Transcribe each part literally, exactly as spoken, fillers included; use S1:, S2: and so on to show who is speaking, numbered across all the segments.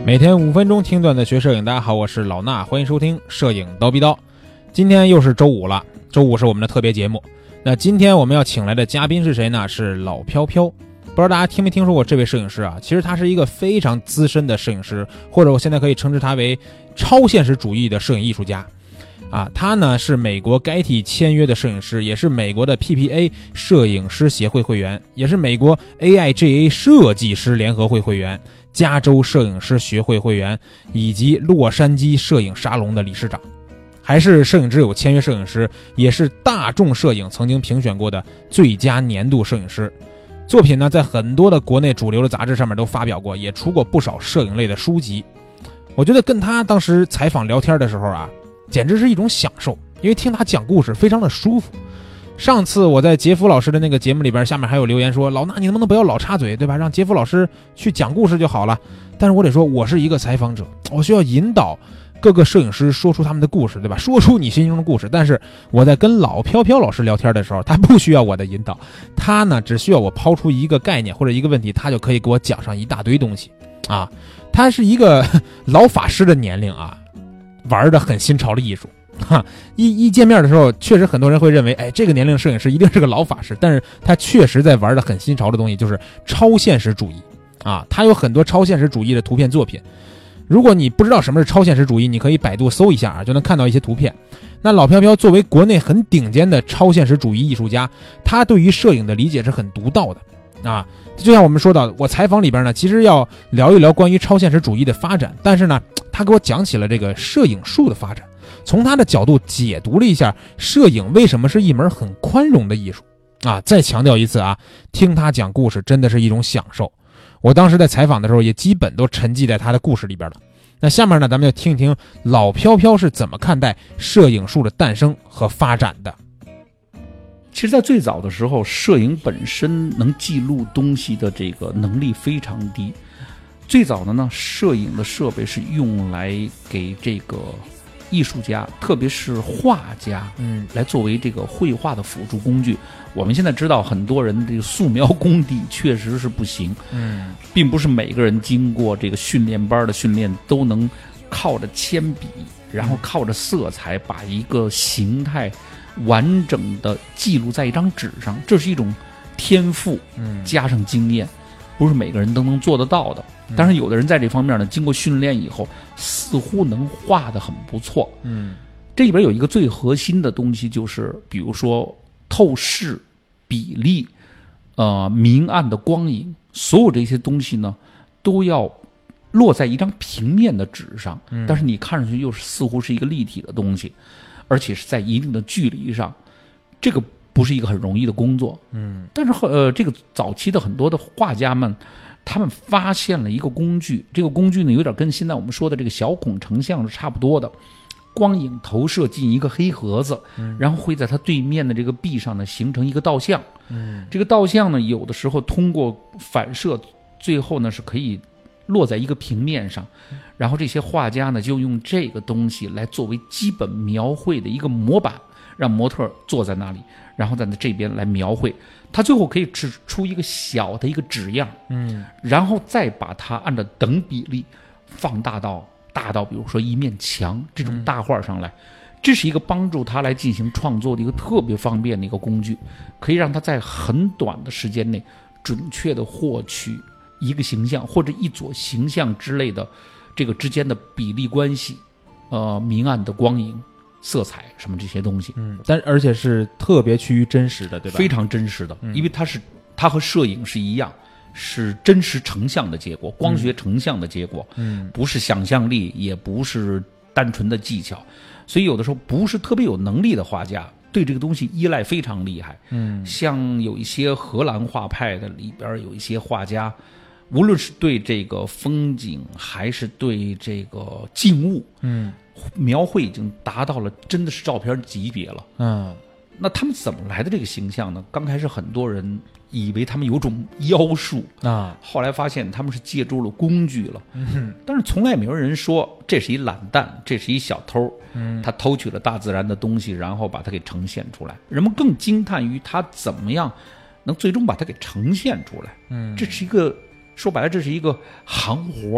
S1: 每天五分钟听段子学摄影，大家好，我是老衲，欢迎收听摄影刀逼刀。今天又是周五了，周五是我们的特别节目。那今天我们要请来的嘉宾是谁呢？是老飘飘。不知道大家听没听说过这位摄影师啊？其实他是一个非常资深的摄影师，或者我现在可以称之他为超现实主义的摄影艺术家。啊，他呢是美国该体签约的摄影师，也是美国的 P P A 摄影师协会会员，也是美国 A I G A 设计师联合会会员，加州摄影师学会会员，以及洛杉矶摄影沙龙的理事长，还是摄影之友签约摄影师，也是大众摄影曾经评选过的最佳年度摄影师。作品呢在很多的国内主流的杂志上面都发表过，也出过不少摄影类的书籍。我觉得跟他当时采访聊天的时候啊，简直是一种享受，因为听他讲故事非常的舒服。上次我在杰夫老师的那个节目里边，下面还有留言说，老衲你能不能不要老插嘴，对吧？让杰夫老师去讲故事就好了。但是我得说，我是一个采访者，我需要引导各个摄影师说出他们的故事，对吧？说出你心中的故事。但是我在跟老飘飘老师聊天的时候，他不需要我的引导，他呢只需要我抛出一个概念或者一个问题，他就可以给我讲上一大堆东西啊。他是一个老法师的年龄啊，玩的很新潮的艺术。哈，一一见面的时候，确实很多人会认为，哎，这个年龄摄影师一定是个老法师，但是他确实在玩的很新潮的东西，就是超现实主义啊。他有很多超现实主义的图片作品。如果你不知道什么是超现实主义，你可以百度搜一下啊，就能看到一些图片。那老飘飘作为国内很顶尖的超现实主义艺术家，他对于摄影的理解是很独到的啊。就像我们说到，我采访里边呢，其实要聊一聊关于超现实主义的发展，但是呢，他给我讲起了这个摄影术的发展，从他的角度解读了一下摄影为什么是一门很宽容的艺术啊。再强调一次啊，听他讲故事真的是一种享受。我当时在采访的时候也基本都沉寂在他的故事里边了。那下面呢，咱们就听一听老飘飘是怎么看待摄影术的诞生和发展的。
S2: 其实在最早的时候，摄影本身能记录东西的这个能力非常低。最早的呢，摄影的设备是用来给这个艺术家，特别是画家，嗯，来作为这个绘画的辅助工具。我们现在知道，很多人这个素描功底确实是不行，嗯，并不是每个人经过这个训练班的训练都能靠着铅笔，然后靠着色彩把一个形态完整的记录在一张纸上，这是一种天赋，嗯，加上经验，不是每个人都能做得到的。当然有的人在这方面呢，经过训练以后似乎能画得很不错。嗯，这里边有一个最核心的东西，就是比如说透视、比例、呃明暗的光影，所有这些东西呢都要落在一张平面的纸上，但是你看上去又是似乎是一个立体的东西，而且是在一定的距离上，这个不是一个很容易的工作。嗯，但是呃这个早期的很多的画家们，他们发现了一个工具，这个工具呢有点跟现在我们说的这个小孔成像是差不多的，光影投射进一个黑盒子，嗯，然后会在它对面的这个壁上呢形成一个倒像，嗯，这个倒像呢有的时候通过反射，最后呢是可以落在一个平面上，然后这些画家呢就用这个东西来作为基本描绘的一个模板，让模特坐在那里，然后在这边来描绘，他最后可以指出一个小的一个纸样，嗯，然后再把它按照等比例放大到大到比如说一面墙这种大画上来，嗯，这是一个帮助他来进行创作的一个特别方便的一个工具，可以让他在很短的时间内准确的获取一个形象或者一组形象之类的这个之间的比例关系，呃，明暗的光影、色彩什么这些东西，
S1: 嗯，但而且是特别趋于真实的，对吧？
S2: 非常真实的，嗯，因为它是它和摄影是一样，是真实成像的结果，光学成像的结果，嗯，不是想象力，也不是单纯的技巧，所以有的时候不是特别有能力的画家对这个东西依赖非常厉害，嗯，像有一些荷兰画派的里边有一些画家，无论是对这个风景还是对这个静物，嗯，描绘已经达到了真的是照片级别了。嗯，那他们怎么来的这个形象呢？刚开始很多人以为他们有种妖术啊，后来发现他们是借助了工具了。嗯，但是从来没有人说这是一懒蛋，这是一小偷，嗯，他偷取了大自然的东西，然后把它给呈现出来。人们更惊叹于他怎么样能最终把它给呈现出来。嗯，这是一个说白了，这是一个行活。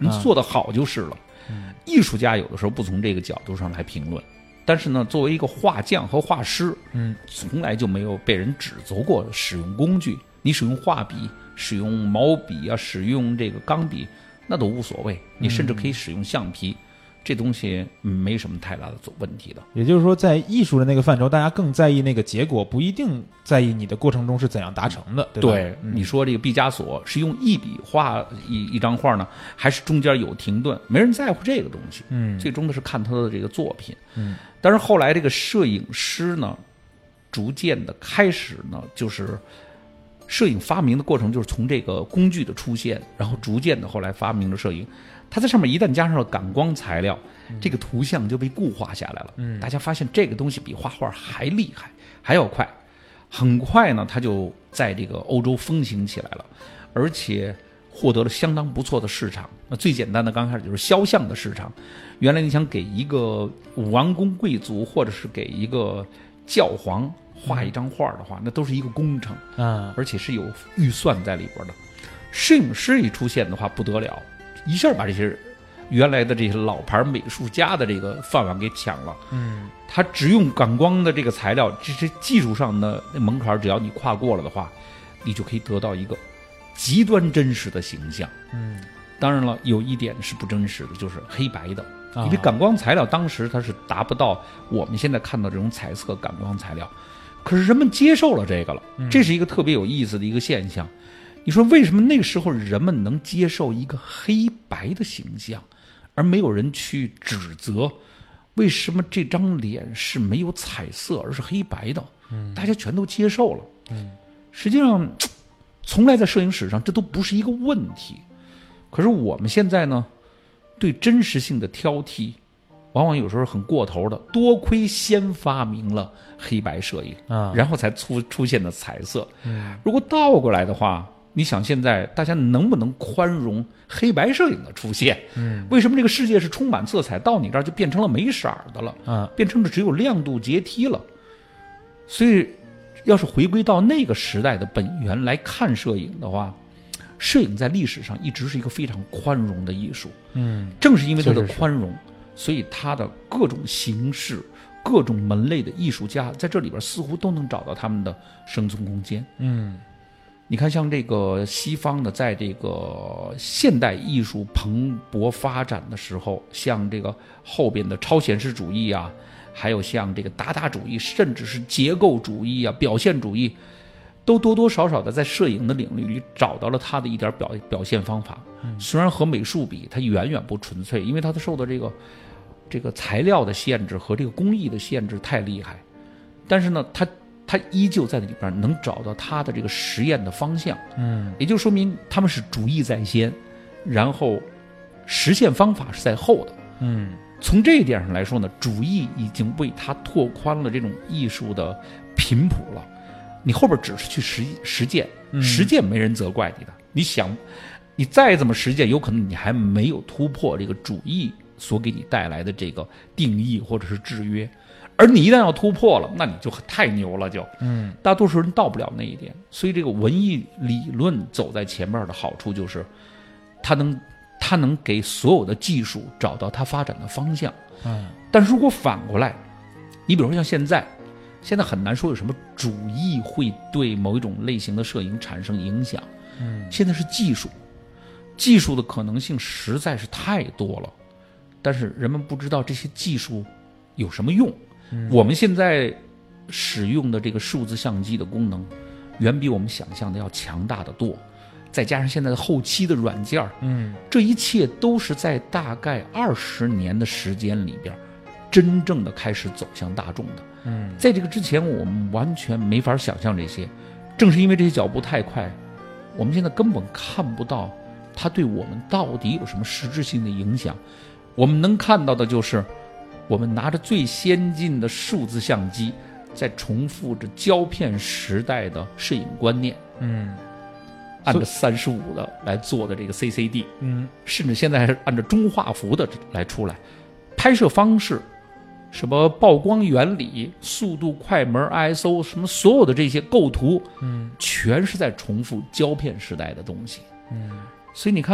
S2: 你做得好就是了。
S1: 嗯、
S2: 艺术家有的时候不从这个角度上来评论，但是呢，作为一个画匠和画师，
S1: 嗯，
S2: 从来就没有被人指责过使用工具。你使用画笔、使用毛笔啊，使用这个钢笔，那都无所谓。你甚至可以使用橡皮。嗯，这东西没什么太大的问题的。
S1: 也就是说，在艺术的那个范畴，大家更在意那个结果，不一定在意你的过程中是怎样达成的，对吧？
S2: 对，嗯、你说这个毕加索是用一笔画一一张画呢，还是中间有停顿？没人在乎这个东西。
S1: 嗯，
S2: 最终的是看他的这个作品。
S1: 嗯，
S2: 但是后来这个摄影师呢，逐渐的开始呢，就是摄影发明的过程，就是从这个工具的出现，然后逐渐的后来发明了摄影。它在上面一旦加上了感光材料，嗯、这个图像就被固化下来了。嗯，大家发现这个东西比画画还厉害，还要快。很快呢，它就在这个欧洲风行起来了，而且获得了相当不错的市场。那最简单的刚开始就是肖像的市场。原来你想给一个王公贵族或者是给一个教皇画一张画的话，那都是一个工程啊，而且是有预算在里边的。摄影师一出现的话不得了，一下把这些原来的这些老牌美术家的这个饭碗给抢了。嗯，他只用感光的这个材料，这是技术上的门槛，只要你跨过了的话，你就可以得到一个极端真实的形象。嗯，当然了，有一点是不真实的，就是黑白的，因为感光材料当时它是达不到我们现在看到这种彩色感光材料，可是人们接受了这个了，这是一个特别有意思的一个现象。你说为什么那个时候人们能接受一个黑白的形象，而没有人去指责为什么这张脸是没有彩色而是黑白的？嗯，大家全都接受了。嗯，实际上从来在摄影史上这都不是一个问题。可是我们现在呢，对真实性的挑剔往往有时候很过头的，多亏先发明了黑白摄影啊，然后才出出现的彩色。嗯，如果倒过来的话，你想现在大家能不能宽容黑白摄影的出现？嗯，为什么这个世界是充满色彩，到你这儿就变成了没色儿的了？啊，变成了只有亮度阶梯了。所以，要是回归到那个时代的本源来看摄影的话，摄影在历史上一直是一个非常宽容的艺术。嗯，正是因为它的宽容，所以它的各种形式、各种门类的艺术家在这里边似乎都能找到他们的生存空间。嗯。你看，像这个西方的，在这个现代艺术蓬勃发展的时候，像这个后边的超现实主义啊，还有像这个达达主义，甚至是结构主义啊、表现主义，都多多少少的在摄影的领域里找到了它的一点表表现方法。嗯，虽然和美术比，它远远不纯粹，因为它受的这个这个材料的限制和这个工艺的限制太厉害，但是呢，它。他依旧在里边能找到他的这个实验的方向，嗯，也就说明他们是主义在先，然后实现方法是在后的，嗯，从这一点上来说呢，主义已经为他拓宽了这种艺术的频谱了。你后边只是去实实践，实践没人责怪你的。你想，你再怎么实践，有可能你还没有突破这个主义所给你带来的这个定义或者是制约。而你一旦要突破了，那你就太牛了，就，嗯，大多数人到不了那一点。所以这个文艺理论走在前面的好处就是，它能，它能给所有的技术找到它发展的方向。嗯，但是如果反过来，你比如说像现在，现在很难说有什么主义会对某一种类型的摄影产生影响。嗯，现在是技术，技术的可能性实在是太多了，但是人们不知道这些技术有什么用。我们现在使用的这个数字相机的功能，远比我们想象的要强大的多。再加上现在的后期的软件，嗯，这一切都是在大概二十年的时间里边，真正的开始走向大众的。嗯，在这个之前，我们完全没法想象这些。正是因为这些脚步太快，我们现在根本看不到它对我们到底有什么实质性的影响。我们能看到的就是。我们拿着最先进的数字相机，在重复着胶片时代的摄影观念，嗯，按照三十五的来做的这个 C C D， 嗯，甚至现在还是按照中画幅的来出来，拍摄方式，什么曝光原理、速度、快门、I S O， 什么所有的这些构图，嗯，全是在重复胶片时代的东西，嗯，所以你看，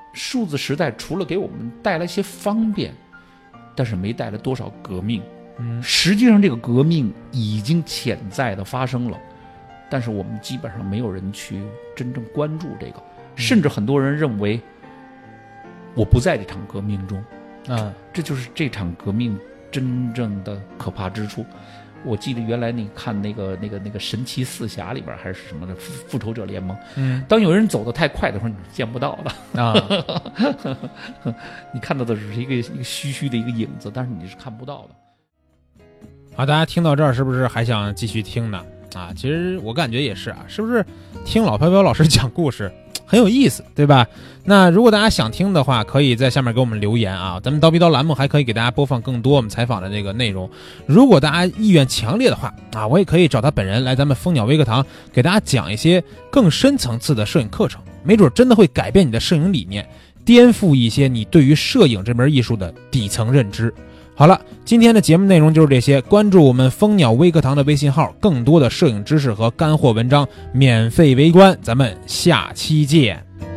S2: 数字时代除了给我们带来一些方便，但是没带来多少革命。
S1: 嗯，
S2: 实际上这个革命已经潜在的发生了，但是我们基本上没有人去真正关注这个，甚至很多人认为我不在这场革命中。
S1: 啊，
S2: 这就是这场革命真正的可怕之处。我记得原来你看那个那个那个神奇四侠里边还是什么的复仇者联盟，
S1: 嗯，
S2: 当有人走得太快的时候，你是见不到的
S1: 啊，
S2: 你看到的只是一个一个虚虚的一个影子，但是你是看不到的。
S1: 好，大家听到这儿是不是还想继续听呢？啊，其实我感觉也是啊，是不是听老飘飘老师讲故事很有意思，对吧？那如果大家想听的话，可以在下面给我们留言啊，咱们叨逼叨栏目还可以给大家播放更多我们采访的这个内容。如果大家意愿强烈的话啊，我也可以找他本人来咱们蜂鸟微课堂给大家讲一些更深层次的摄影课程，没准真的会改变你的摄影理念，颠覆一些你对于摄影这门艺术的底层认知。好了，今天的节目内容就是这些，关注我们蜂鸟微课堂的微信号，更多的摄影知识和干货文章免费围观，咱们下期见。